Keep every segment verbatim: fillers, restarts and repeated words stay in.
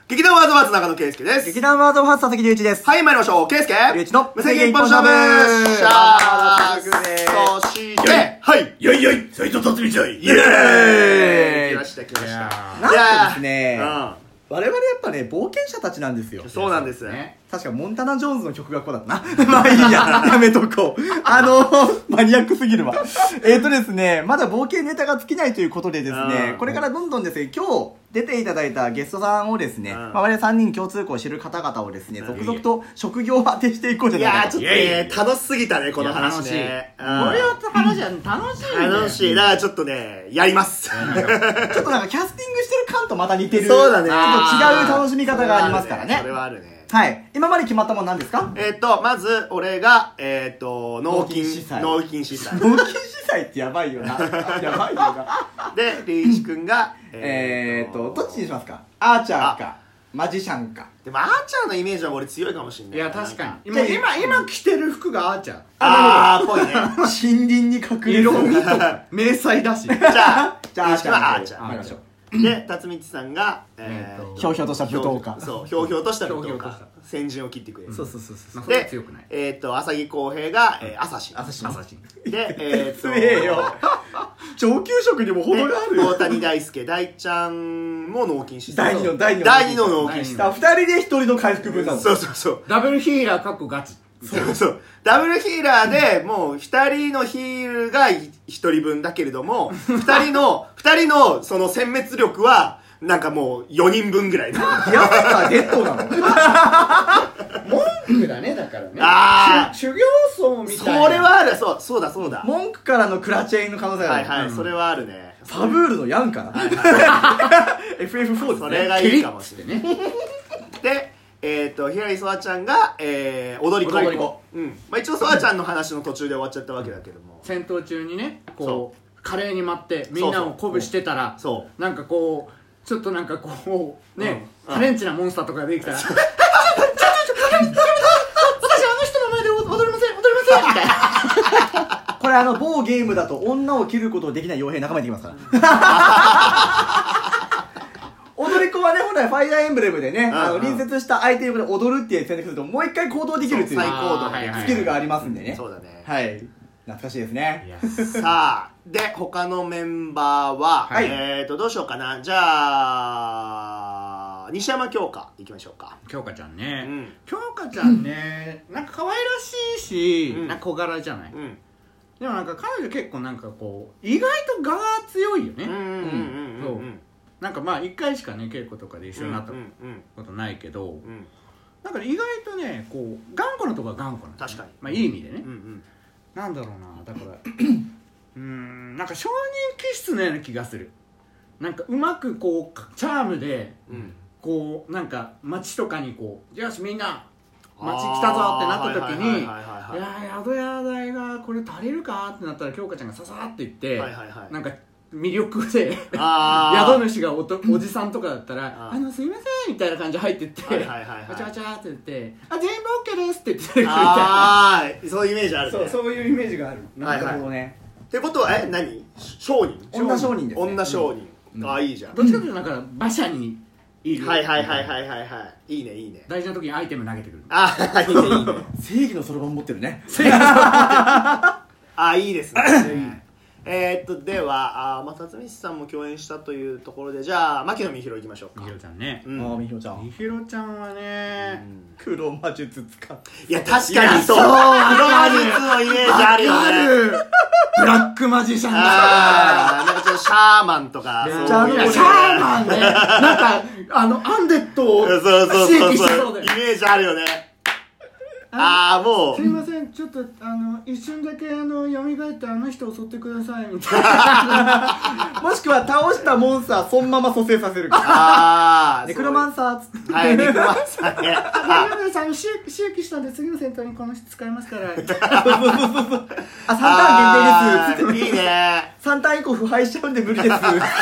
劇団ワードバーツ中野圭介です。 劇団ワードバーツ佐々木隆一です。 はい、参りましょう。圭介隆一の無制限一本勝負しゃー。そして、はい。 よいよい、斉藤辰巳ちゃん。イエーイ来ました、来ました。 なんとですね、我々やっぱね、冒険者たちなんですよ。 そうなんですね。 確かモンタナ・ジョーンズの曲がこうだったな。まあいいや、やめとこう。あの、マニアックすぎるわ。えっとですね、まだ冒険ネタが尽きないということでですね、これからどんどんですね、今日出ていただいたゲストさんをですね、まあ我々さんにん共通項を知る方々をですね、続々と職業を当てしていこうじゃないかと。 いやー、ちょっとね、楽しすぎたね、この話ね。 これは話は楽しいね。 楽しい。だからちょっとね、やります。ちょっとなんかキャスティングしてる感とまた似てる。 そうだね。 ちょっと違う楽しみ方がありますからね。 それはあるね。 はい。今まで決まったもん何ですか？ えっと、まず、俺が、えっと、脳筋司祭。脳筋司祭。 脳筋司祭ってやばいよな。やばいよな。 で、リーチくんが、 えっと、どっちにしますか？アーチャーか、マジシャンか。 でも、アーチャーのイメージは俺強いかもしんない。 いや、確かに。今、今、今着てる服がアーチャー。 あー、ぽいね。 森林に隠れる。 色味とか、迷彩だし。 じゃあ、 じゃあ、アーチャー。 アーチャー。 参りましょう。 で、辰巳さんが、えー、 ひょうひょうとした舞踏家。 そう、ひょうひょうとした舞踏家。先陣を切ってくれる。 そうそうそうそう。 で、えっと、浅木浩平が、えー、アサシン。 アサシン。 で、えっと、 強えよ。上級職にも程があるよ。 大谷大輔、大ちゃんも脳筋システム。 第二の、第二の。 第二の脳筋システム。 二人で一人の回復分なの。 そうそうそう。 ダブルヒーラーかっこガチ。 そうそう。ダブルヒーラーで、もう、二人のヒールが一人分だけれども、二人の、二人の、その殲滅力は、なんかもう、よにんぶんぐらいの。 ギャスがデッドなの？ 文句だね、だからね。 ああ。 修行僧みたいな。 それはある、そう、そうだそうだ。 文句からのクラチェインの可能性ある。 はいはい、それはあるね。 ファブールのヤンかな？ エフエフフォー ですね。 それがいいかもしれない。で、えっと、平井そわちゃんが、えー、踊り子。踊り子。うん。まあ一応そわちゃんの話の途中で終わっちゃったわけだけども。 戦闘中にね、こう、華麗に舞って、みんなを鼓舞してたら、そう。なんかこう、ちょっとなんかこう、ね、タレンチなモンスターとかができたら、ちょちょちょ、私あの人の前で踊りません、踊りませんみたいな。 これあの、某ゲームだと女を切ることをできない傭兵仲間にできますから。踊り子はね、本来ファイアーエンブレムでね、あの、隣接した相手横で踊るっていう選択すると、もう一回行動できるっていう、 最高度のスキルがありますんでね。 そうだね。 はい。懐かしいですね。 さあ、で、他のメンバーは、はい、えっと、どうしようかな。じゃあ、西山京香いきましょうか。 京香ちゃんね。うん、京香ちゃんね、なんか可愛らしいし、うん、なんか小柄じゃない、うん、でもなんか彼女結構なんかこう、意外と我が強いよね。うん。そう。なんかまあ、一回しかね、稽古とかで一緒になったことないけど、なんか意外とね、こう、頑固なとこは頑固な。 確かに。 まあ、いい意味でね。うんうん、なんだろうな、だから、うーん、なんか承認気質のような気がする。なんかうまくこうチャームで、うん、こうなんか街とかにこう、よしみんな街来たぞってなった時に、いや宿屋代がこれ足りるかってなったら京香ちゃんがささって言って、はいはいはい、なんか魅力で宿主が お, とおじさんとかだったら「あのすいません」みたいな感じで入ってって「わちゃわちゃ」って言って「あ全部 OK です」って言ってくれるみたいな。 ああ、そういうイメージあるね。 そう、そういうイメージがある。なるほどね。 ってことは、え、何？商人？ 女商人ですね。 女商人。ああ、いいじゃん。 どっちかというとなんか馬車にいる。 はいはいはいはいはいはい。いいねいいね。 大事な時にアイテム投げてくる。 ああ、いいねいいね。 正義のそろばん持ってるね。 正義のそろばん持ってる。ああ、いいですね。えっと、では、あまあ、辰巳さんも共演したというところで、じゃあ、牧野美弘いきましょうか。 美弘ちゃんね。 ああ、美弘ちゃん。 美弘ちゃんはね、 黒魔術使って。 いや、確かにそう。黒魔術のイメージあるよね。 ブラックマジシャンだ。 ああ、なんかちょっとシャーマンとか。 シャーマンね。なんか、あの、アンデッドをそうそうそうそう。 イメージあるよね。ああ、もう。 すいません、ちょっと、あの、一瞬だけ、あの、蘇ってあの人を襲ってください、みたいな。 もしくは、倒したモンスター、そのまま蘇生させるか。 ああ、 ネクロマンサーつって。 はい、ネクロマンサーね。 あ、大丈夫です。あの、周期したんで、次の戦闘にこの人使いますから。 あ、さんターン限定です。 いいね。 さんターン以降腐敗しちゃうんで無理です。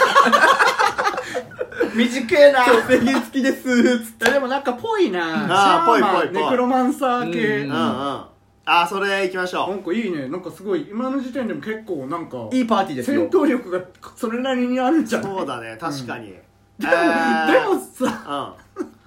短えな。 そう、制限付きです。 つって。でもなんかぽいな。 ああ、ぽいぽいぽい。 ネクロマンサー系。 うんうん。ああ、それ行きましょう。 なんかいいね。なんかすごい、今の時点でも結構なんか。 いいパーティーですよ。 戦闘力がそれなりにあるんじゃん。 そうだね、確かに。 でも、でもさ、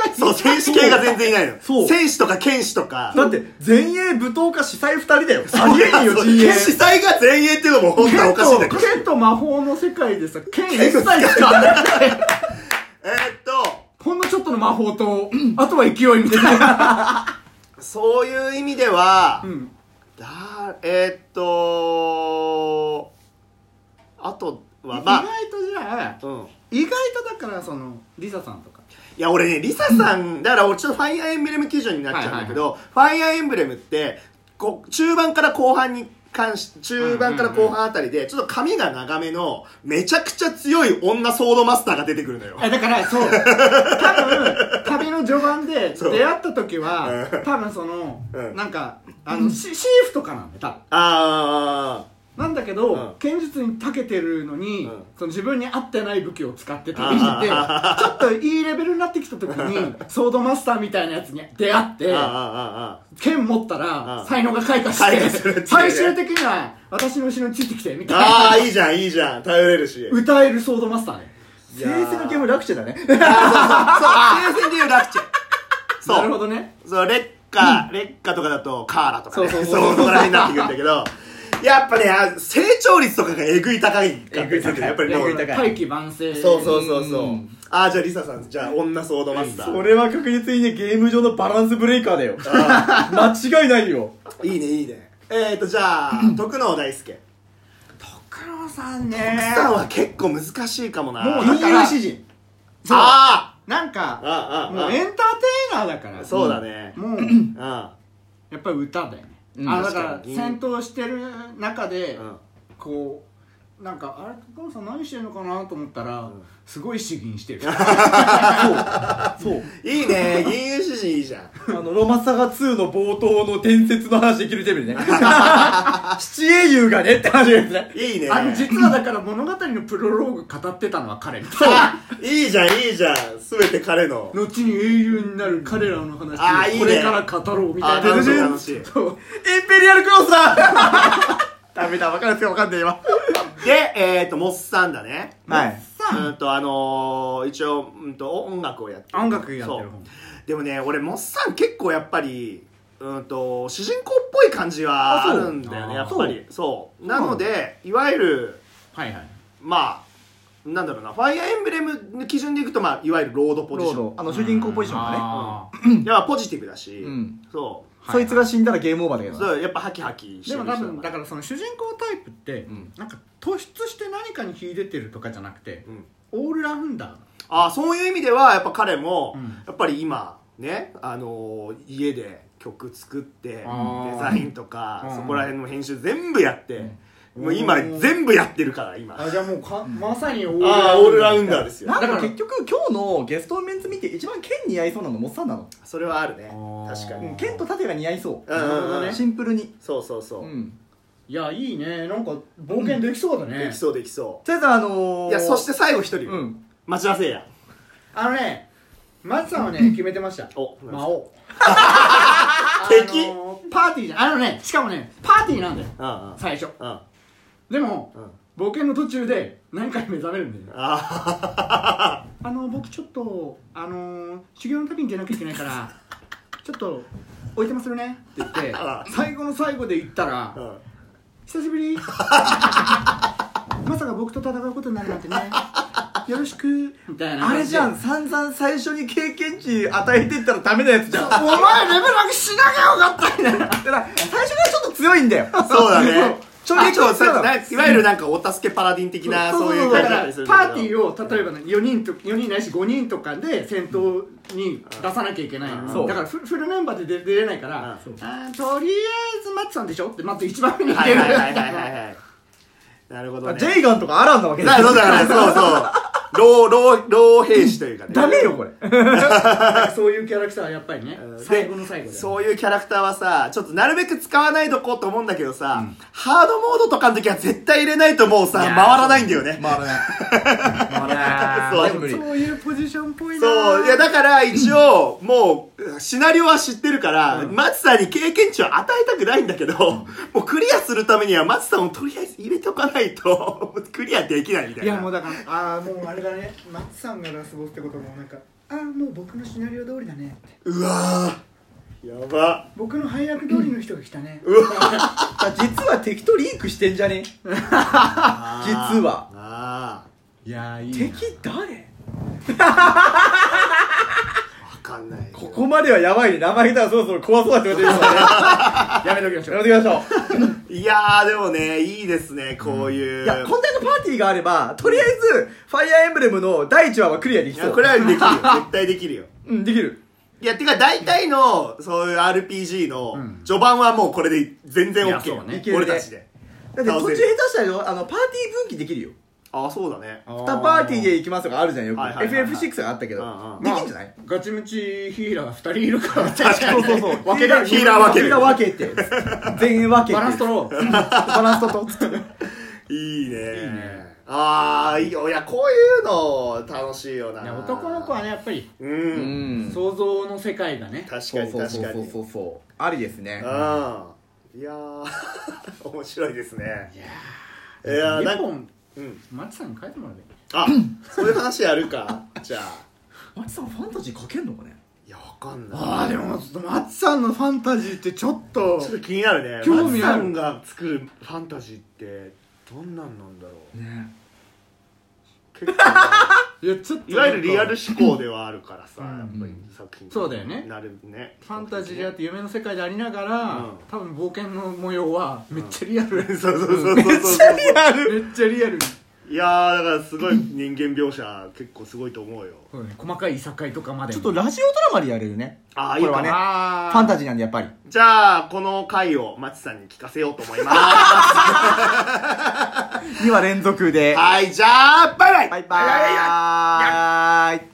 がそう、戦士系が全然いないの。 そう戦士とか剣士とか。 だって前衛武闘家司祭二人だよ。ありえないよ陣営。 司祭が前衛っていうのも本当はおかしいんだけど。 剣と魔法の世界でさ、剣一切使わないえーっと、 ほんのちょっとの魔法と、あとは勢いみたいな。 そういう意味では、 うん。 だえー、っと、あとは、まあ、 意外とじゃあ、 うん。 意外とだからそのリサさんとかいや俺ねリサさんだから俺ちょっとファイアーエンブレム基準になっちゃうんだけど、ファイアーエンブレムってこ中盤から後半に関し中盤から後半あたりでちょっと髪が長めのめちゃくちゃ強い女ソードマスターが出てくるのよ。 だからそう多分旅の序盤で出会った時は多分その、うん、なんかあの、うん、シーフとかなんだよ多分。ああなんだけど、うん、剣術に長けてるのに、うん、その自分に合ってない武器を使って旅しててちょっといいレベルになってきた時にソードマスターみたいなやつに出会って剣持ったら才能が開花して、最終的には私の後ろについてきてみたいな。 ああいいじゃんいいじゃん頼れるし歌えるソードマスターね。 聖戦のゲームラクチェだね。 そうそうそう聖戦でいうラクチェ。そうなるほどね。 そう劣化、うん、劣化とかだとカーラとかねそうそこら辺になってくるんだけどやっぱね成長率とかがえぐい高いからやっぱりもう大器晩成。 そうそうそうそう。ああじゃあリサさんじゃあ女ソードマスター。 それは確実にねゲーム上のバランスブレイカーだよ。間違いないよ。 いいねいいね。えーとじゃあ徳能大輔。 徳能さんね。 徳さんは結構難しいかもな。 もうだから詩人。 ああなんかもうエンターテイナーだからそうだね。 もうやっぱり歌だよね。うん、あだから戦闘してる中で、うん、こうなんかあれ徳野さん何してるのかなと思ったら、うん、すごい詩吟してる。そうそういいね吟遊詩人いいじゃん。 あのロマサガツーの冒頭の伝説の話できるレベルね。七英雄がねって話ですね。 いいね。 あの実はだから物語のプロローグ語ってたのは彼みたいな。 いいじゃんいいじゃん全て彼の後に英雄になる彼らの話をこれから語ろうみたいな。 楽しい楽しい。 インペリアルクロスだ。ダメだ分かるんですよ分かんない今。 でえっとモッサンだね。 はい。 うんとあのー、一応うんと音楽をやってる。 音楽やってる。 でもね俺モッサン結構やっぱりうんと主人公っぽい感じはあるんだよねやっぱり。そうなのでいわゆるはいはいまあなんだろうなファイアーエンブレムの基準でいくとまあいわゆるロードポジション。 あの主人公ポジションがね。うん。いやポジティブだし。うん。そう。 そいつが死んだらゲームオーバーだけど。 そうやっぱハキハキしてる。 でも多分だからその主人公タイプってなんか突出して何かに秀でてるとかじゃなくてオールラウンダー。 ああそういう意味ではやっぱ彼もやっぱり今ねあの家で曲作ってデザインとかそこら辺の編集全部やって。もう今全部やってるから今。 あじゃあもうかまさにオールラウンダーですよ。 なんか結局今日のゲストメンツ見て一番剣似合いそうなのモッサンなの。 それはあるね確かに。 剣と盾が似合いそう。 なるほどね。 シンプルに。 そうそうそう。 いやいいねなんか冒険できそうだね。 できそうできそう。 とりあえずあのいやそして最後一人待ち合わせや。 あのね松さんはね決めてました。お魔王。 敵？ パーティーじゃん。あのねしかもねパーティーなんだよ最初。でも、うん、冒険の途中で何かに目覚めるんだよね。ああの僕ちょっとあのー、修行の旅に出なきゃいけないからちょっと置いてますよねって言って最後の最後で言ったら、うん、久しぶりまさか僕と戦うことになるなんてねよろしくみたいな。 あれじゃん散々最初に経験値与えてったらダメなやつじゃん。 お前レベル上げしなきゃよかったみたいな。だから最初からちょっと強いんだよ。 そうだね。結構さいわゆるなんかお助けパラディン的なそういう感じだったりするんだけど、 パーティーを例えば、ね、よにんとよにんないしごにんとかで戦闘に出さなきゃいけないの、うん、だからフルメンバーで出れないから、うん、あとりあえずマッツさんでしょってまず一番目に言ってる。 なるほどね。 ジェイガンとかアランなわけだそうだからそうそう老老老兵士というかね。 ダメよこれ。 そういうキャラクターはやっぱりね。最後の最後で。 そういうキャラクターはさ、ちょっとなるべく使わないとこうと思うんだけどさ、うん、ハードモードとかの時は絶対入れないともうさ回らないんだよね。 回らない。回らない。 そうそういうポジションっぽいな。 そういやだから一応もうシナリオは知ってるから、うん、松さんに経験値を与えたくないんだけど、うん、もうクリアするためには松さんをとりあえず入れておかないとクリアできないみたいな。 いやもうだからああもうあれ。 れだね、松さんがラスボスってこともなんか、ああもう僕のシナリオ通りだねって、 うわーやば、 僕の配役通りの人が来たねうわ実は敵とリンクしてんじゃね実はあいやーいいな。 敵誰分かんないけどここまではやばいね。名前言ったらそろそろ怖そうだって言われてるからねやめときましょう。 やめときましょういやーでもねいいですねこういう、 いや、コンテンツパーティーがあれば、とりあえず、ファイアーエンブレムのだいいちわはクリアできそう。 いやこれはできるよ絶対できるようん、できる。 いやてか大体のそういう アールピージー のうん序盤はもうこれで全然いや OK よそうねいけるね俺たちでだって途中下手したらよ、あの、パーティー分岐できるよ。 ああそうだねにパーティーで行きますとかあるじゃんよく。 はいはいはいはいエフエフシックス があったけどうんう。んできんじゃないガチムチヒーラーがふたりいるから確かにそうそうそう。 分けるヒーラー分けるヒーラー分けて。全員分けて。 バランス取ろう。 バランス取ろう。 いいねいいねああいいよいやこういうの楽しいよないや男の子はねやっぱりうん、 うん。 想像の世界がね。 確かそうに確かにそうそうそうそう。ありですね。 うんいやー面白いですねいやいやーなんか日本うんマチさんに書いてもらうで。 あそういう話やるかじゃあマチさんファンタジー書けんのかね。 いやわかんないああでもちょっとマチさんのファンタジーってちょっとちょっと気になるね興味ある松さんが作るファンタジーってどんなんなんだろうね。 結構ないやちょっといわゆるリアル思考ではあるからさ、 うんやっぱり作品そうだよねなるねファンタジーであって夢の世界でありながら、 うん多分冒険の模様はめっちゃリアル、 そうそうそうそうめっちゃリアル。 めっちゃリアルにいやーだからすごい人間描写結構すごいと思うよそうだね細かいいさかいとかまでちょもっとラジオドラマでやれるね。 ああいいかも、 これはねあファンタジーなんでやっぱり。 じゃあこの回をマチさんに聞かせようと思いますにわ連続で。 はいじゃあバイバイバイバーイ。